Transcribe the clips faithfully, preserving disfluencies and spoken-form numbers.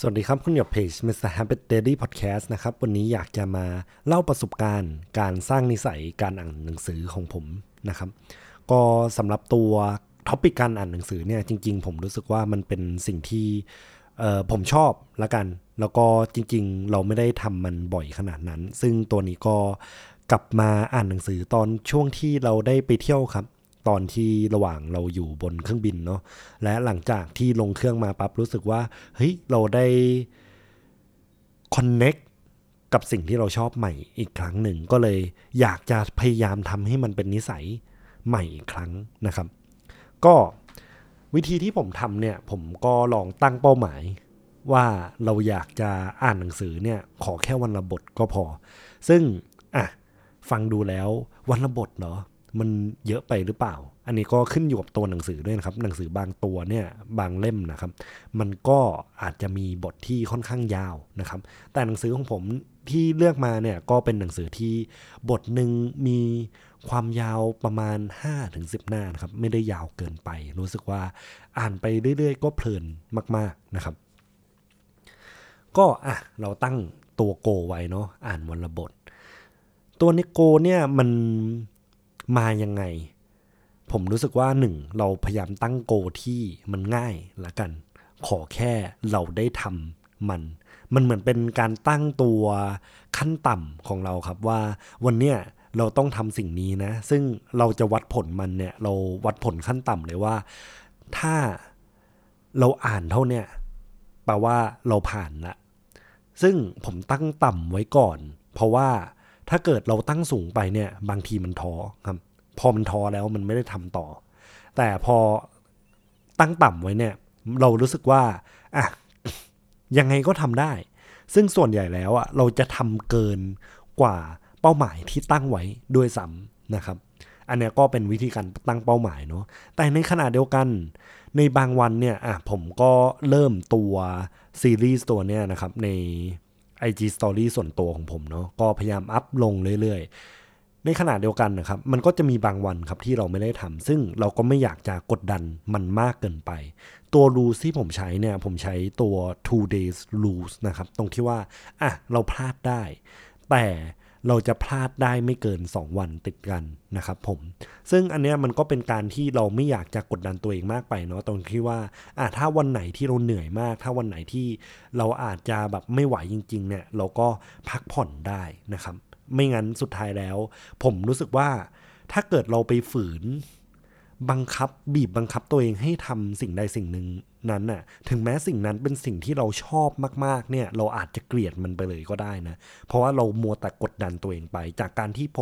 สวัสดีครับคุณอยู่กับเพจ มิสเตอร์ Habit Daily Podcast นะครับวันนี้อยากจะมาเล่าประสบการณ์การสร้างนิสัยการอ่านหนังสือของผมนะครับก็สำหรับตัวท็อปิกการอ่านหนังสือเนี่ยจริงๆผมรู้สึกว่ามันเป็นสิ่งที่เอ่อผมชอบละกันแล้วก็จริงๆเราไม่ได้ทำมันบ่อยขนาดนั้นซึ่งตัวนี้ก็กลับมาอ่านหนังสือตอนช่วงที่เราได้ไปเที่ยวครับตอนที่ระหว่างเราอยู่บนเครื่องบินเนาะและหลังจากที่ลงเครื่องมาปั๊บรู้สึกว่าเฮ้ยเราได้คอนเน็กกับสิ่งที่เราชอบใหม่อีกครั้งหนึ่งก็เลยอยากจะพยายามทำให้มันเป็นนิสัยใหม่อีกครั้งนะครับก็วิธีที่ผมทำเนี่ยผมก็ลองตั้งเป้าหมายว่าเราอยากจะอ่านหนังสือเนี่ยขอแค่วันละบทก็พอซึ่งอ่ะฟังดูแล้ววันละบทเนาะมันเยอะไปหรือเปล่าอันนี้ก็ขึ้นอยู่กับตัวหนังสือด้วยนะครับหนังสือบางตัวเนี่ยบางเล่มนะครับมันก็อาจจะมีบทที่ค่อนข้างยาวนะครับแต่หนังสือของผมที่เลือกมาเนี่ยก็เป็นหนังสือที่บทหนึ่งมีความยาวประมาณ ห้าถึงสิบ หน้านะครับไม่ได้ยาวเกินไปรู้สึกว่าอ่านไปเรื่อยๆก็เพลินมากๆนะครับก็อ่ะเราตั้งตัวโกไว้เนาะอ่านวันละบทตัวนิโกเนี่ยมันมายังไงผมรู้สึกว่าหนึ่งเราพยายามตั้งโกที่มันง่ายละกันขอแค่เราได้ทำมันมันเหมือนเป็นการตั้งตัวขั้นต่ำของเราครับว่าวันเนี้ยเราต้องทำสิ่งนี้นะซึ่งเราจะวัดผลมันเนี่ยเราวัดผลขั้นต่ำเลยว่าถ้าเราอ่านเท่าเนี้ยแปลว่าเราผ่านละซึ่งผมตั้งต่ำไว้ก่อนเพราะว่าถ้าเกิดเราตั้งสูงไปเนี่ยบางทีมันท้อครับพอมันท้อแล้วมันไม่ได้ทำต่อแต่พอตั้งต่ำไว้เนี่ยเรารู้สึกว่าอ่ะยังไงก็ทำได้ซึ่งส่วนใหญ่แล้วอ่ะเราจะทำเกินกว่าเป้าหมายที่ตั้งไว้ด้วยซ้ำนะครับอันนี้ก็เป็นวิธีการตั้งเป้าหมายเนาะแต่ในขณะเดียวกันในบางวันเนี่ยอ่ะผมก็เริ่มตัวซีรีส์ตัวเนี้ยนะครับใน ไอ จี Story ส่วนตัวของผมเนาะก็พยายามอัพลงเรื่อยๆในขณะเดียวกันนะครับมันก็จะมีบางวันครับที่เราไม่ได้ทำซึ่งเราก็ไม่อยากจะกดดันมันมากเกินไปตัว rules ที่ผมใช้เนี่ยผมใช้ตัว two days rules นะครับตรงที่ว่าอ่ะเราพลาดได้แต่เราจะพลาดได้ไม่เกินสองวันติดกันนะครับผมซึ่งอันเนี้ยมันก็เป็นการที่เราไม่อยากจะกดดันตัวเองมากไปเนาะตรงที่ว่าอ่ะถ้าวันไหนที่เราเหนื่อยมากถ้าวันไหนที่เราอาจจะแบบไม่ไหวจริงๆเนี่ยเราก็พักผ่อนได้นะครับไม่งั้นสุดท้ายแล้วผมรู้สึกว่าถ้าเกิดเราไปฝืนบังคับบีบบังคับตัวเองให้ทำสิ่งใดสิ่งหนึ่งนั้นน่ะถึงแม้สิ่งนั้นเป็นสิ่งที่เราชอบมากๆเนี่ยเราอาจจะเกลียดมันไปเลยก็ได้นะเพราะว่าเรามัวแต่กดดันตัวเองไปจากการที่ผม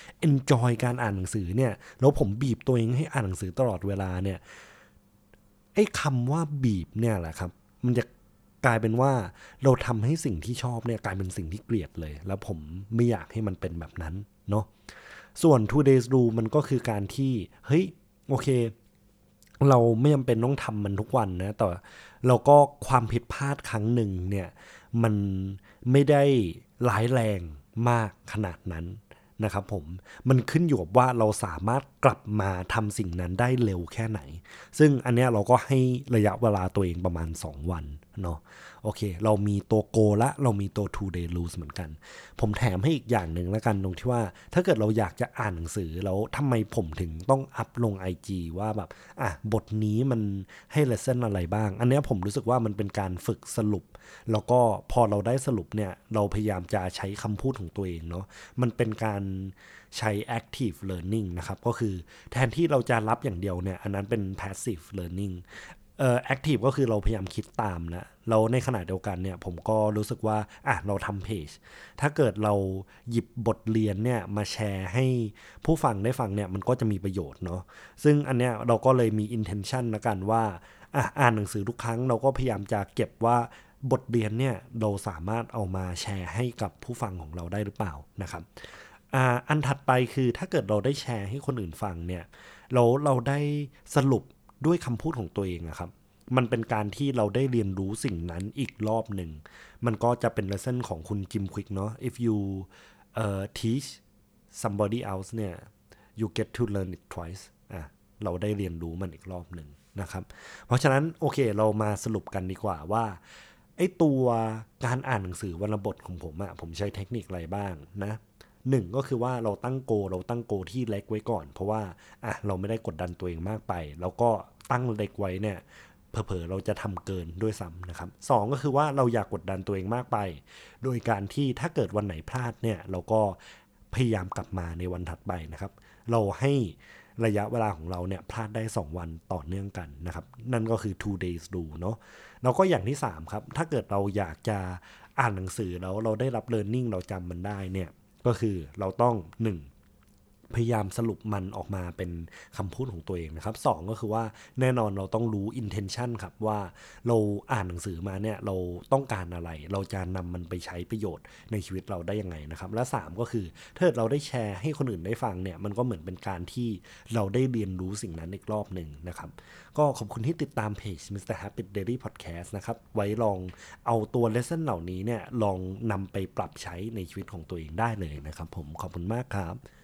enjoy การอ่านหนังสือเนี่ยแล้วผมบีบตัวเองให้อ่านหนังสือตลอดเวลาเนี่ยไอ้คำว่าบีบเนี่ยแหละครับมันจะกลายเป็นว่าเราทำให้สิ่งที่ชอบเนี่ยกลายเป็นสิ่งที่เกลียดเลยแล้วผมไม่อยากให้มันเป็นแบบนั้นเนาะส่วน two days rule มันก็คือการที่เฮ้ยโอเคเราไม่จำเป็นต้องทำมันทุกวันนะแต่เราก็ความผิดพลาดครั้งหนึ่งเนี่ยมันไม่ได้ร้ายแรงมากขนาดนั้นนะครับผมมันขึ้นอยู่กับว่าเราสามารถกลับมาทำสิ่งนั้นได้เร็วแค่ไหนซึ่งอันเนี้ยเราก็ให้ระยะเวลาตัวเองประมาณสองวันเนาะโอเคเรามีตัวโกละเรามีตัว two day rules เหมือนกันผมแถมให้อีกอย่างหนึ่งแล้วกันตรงที่ว่าถ้าเกิดเราอยากจะอ่านหนังสือแล้วทำไมผมถึงต้องอัพลง ไอ จี ว่าแบบอ่ะบทนี้มันให้ lesson อะไรบ้างอันเนี้ยผมรู้สึกว่ามันเป็นการฝึกสรุปแล้วก็พอเราได้สรุปเนี่ยเราพยายามจะใช้คำพูดของตัวเองเนาะมันเป็นการใช้ active learning นะครับก็คือแทนที่เราจะรับอย่างเดียวเนี่ยอันนั้นเป็น passive learning เอ่อ active ก็คือเราพยายามคิดตามนะแล้วในขณะเดียวกันเนี่ยผมก็รู้สึกว่าอ่ะเราทำเพจถ้าเกิดเราหยิบบทเรียนเนี่ยมาแชร์ให้ผู้ฟังได้ฟังเนี่ยมันก็จะมีประโยชน์เนาะซึ่งอันเนี้ยเราก็เลยมี intention ละกันว่าอ่ะอ่านหนังสือทุกครั้งเราก็พยายามจะเก็บว่าบทเรียนเนี่ยเราสามารถเอามาแชร์ให้กับผู้ฟังของเราได้หรือเปล่านะครับอ่าอันถัดไปคือถ้าเกิดเราได้แชร์ให้คนอื่นฟังเนี่ยเราเราได้สรุปด้วยคำพูดของตัวเองอะครับมันเป็นการที่เราได้เรียนรู้สิ่งนั้นอีกรอบหนึ่งมันก็จะเป็น lesson ของคุณจิมควิกเนาะ if you uh, teach somebody else เนี่ย you get to learn it twice อ่ะเราได้เรียนรู้มันอีกรอบหนึ่งนะครับเพราะฉะนั้นโอเคเรามาสรุปกันดีกว่าว่าไอ้ตัวการอ่านหนังสือวรรณบทของผมอะผมใช้เทคนิคอะไรบ้างนะหนึ่งก็คือว่าเราตั้งโกเราตั้งโกที่เล็กไว้ก่อนเพราะว่าอ่ะเราไม่ได้กดดันตัวเองมากไปแล้วก็ตั้งเล็กไว้เนี่ยเผลอๆเราจะทำเกินด้วยซ้ำนะครับสองก็คือว่าเราอยากกดดันตัวเองมากไปโดยการที่ถ้าเกิดวันไหนพลาดเนี่ยเราก็พยายามกลับมาในวันถัดไปนะครับเราให้ระยะเวลาของเราเนี่ยพลาดได้สองวันต่อเนื่องกันนะครับนั่นก็คือ two days rule เนาะแล้วก็อย่างที่สามครับถ้าเกิดเราอยากจะอ่านหนังสือแล้วเราได้รับ learning เราจำมันได้เนี่ยก็คือเราต้องหนึ่ง พยายามสรุปมันออกมาเป็นคำพูดของตัวเองนะครับสองก็คือว่าแน่นอนเราต้องรู้ intention ครับว่าเราอ่านหนังสือมาเนี่ยเราต้องการอะไรเราจะนำมันไปใช้ประโยชน์ในชีวิตเราได้ยังไงนะครับและสามก็คือถ้าเราได้แชร์ให้คนอื่นได้ฟังเนี่ยมันก็เหมือนเป็นการที่เราได้เรียนรู้สิ่งนั้นอีกรอบหนึ่งนะครับก็ขอบคุณที่ติดตามเพจ มิสเตอร์ Habit Daily Podcast นะครับไว้ลองเอาตัว lesson เหล่านี้เนี่ยลองนำไปปรับใช้ในชีวิตของตัวเองได้เลยนะครับผมขอบคุณมากครับ